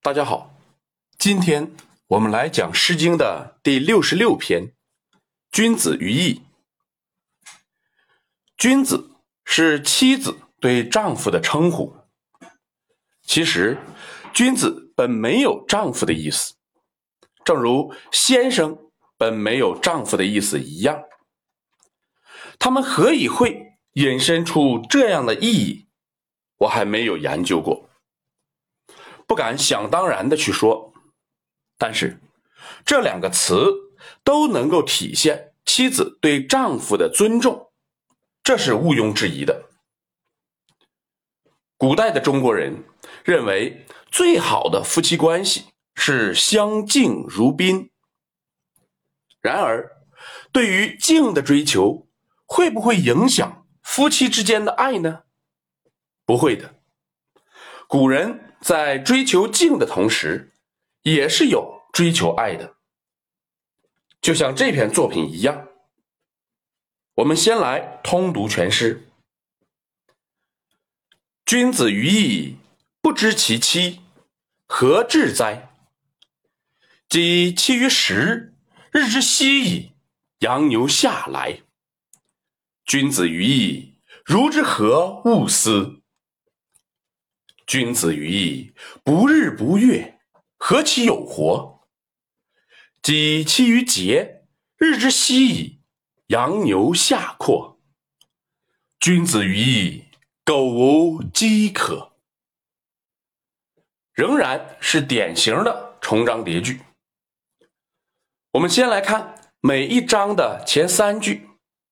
大家好，今天我们来讲《诗经》的第66篇《君子于义》。君子是妻子对丈夫的称呼。其实，君子本没有丈夫的意思，正如先生本没有丈夫的意思一样。他们何以会引申出这样的意义，我还没有研究过，不敢想当然的去说。但是这两个词都能够体现妻子对丈夫的尊重，这是毋庸置疑的。古代的中国人认为最好的夫妻关系是相敬如宾。然而，对于敬的追求，会不会影响夫妻之间的爱呢？不会的。古人在追求敬的同时，也是有追求爱的。就像这篇作品一样，我们先来通读全诗。君子于义，不知其妻，何至哉？及其于时，日之夕矣，羊牛下来。君子于义，如之何勿思？君子于义，不日不月，何其有活？及其于节，日之夕矣，羊牛下阔。君子于义，苟无饥渴。仍然是典型的重章叠句。我们先来看每一章的前3句。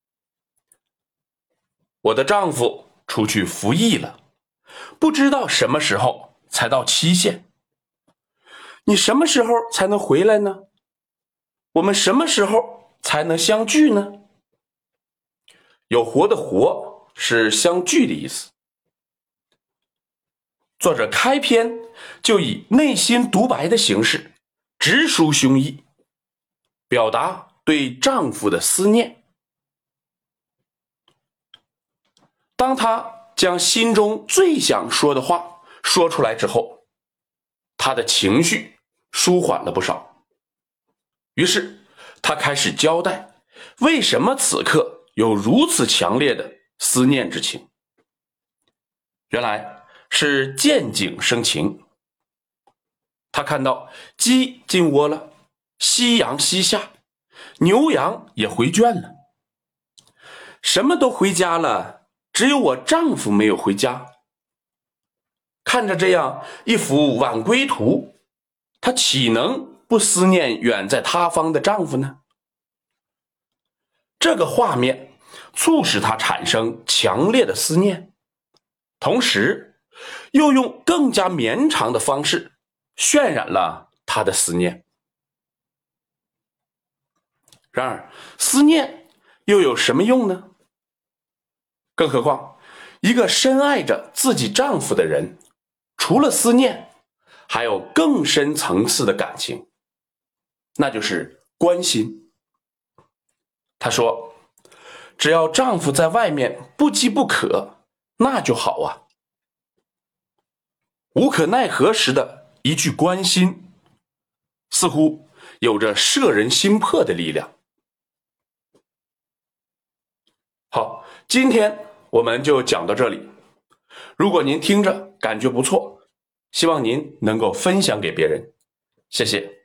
我的丈夫出去服役了，不知道什么时候才到期限。你什么时候才能回来呢？我们什么时候才能相聚呢？有活的活是相聚的意思。作者开篇就以内心独白的形式直抒胸臆，表达对丈夫的思念。当他将心中最想说的话说出来之后，他的情绪舒缓了不少。于是他开始交代为什么此刻有如此强烈的思念之情。原来是见景生情。他看到鸡进窝了，夕阳西下，牛羊也回圈了，什么都回家了，只有我丈夫没有回家。看着这样一幅晚归图，她岂能不思念远在他方的丈夫呢？这个画面促使她产生强烈的思念，同时又用更加绵长的方式渲染了她的思念。然而，思念又有什么用呢？更何况，一个深爱着自己丈夫的人，除了思念，还有更深层次的感情，那就是关心。她说，只要丈夫在外面不饥不渴，那就好啊。无可奈何时的一句关心，似乎有着摄人心魄的力量。好，今天我们就讲到这里。如果您听着感觉不错，希望您能够分享给别人，谢谢。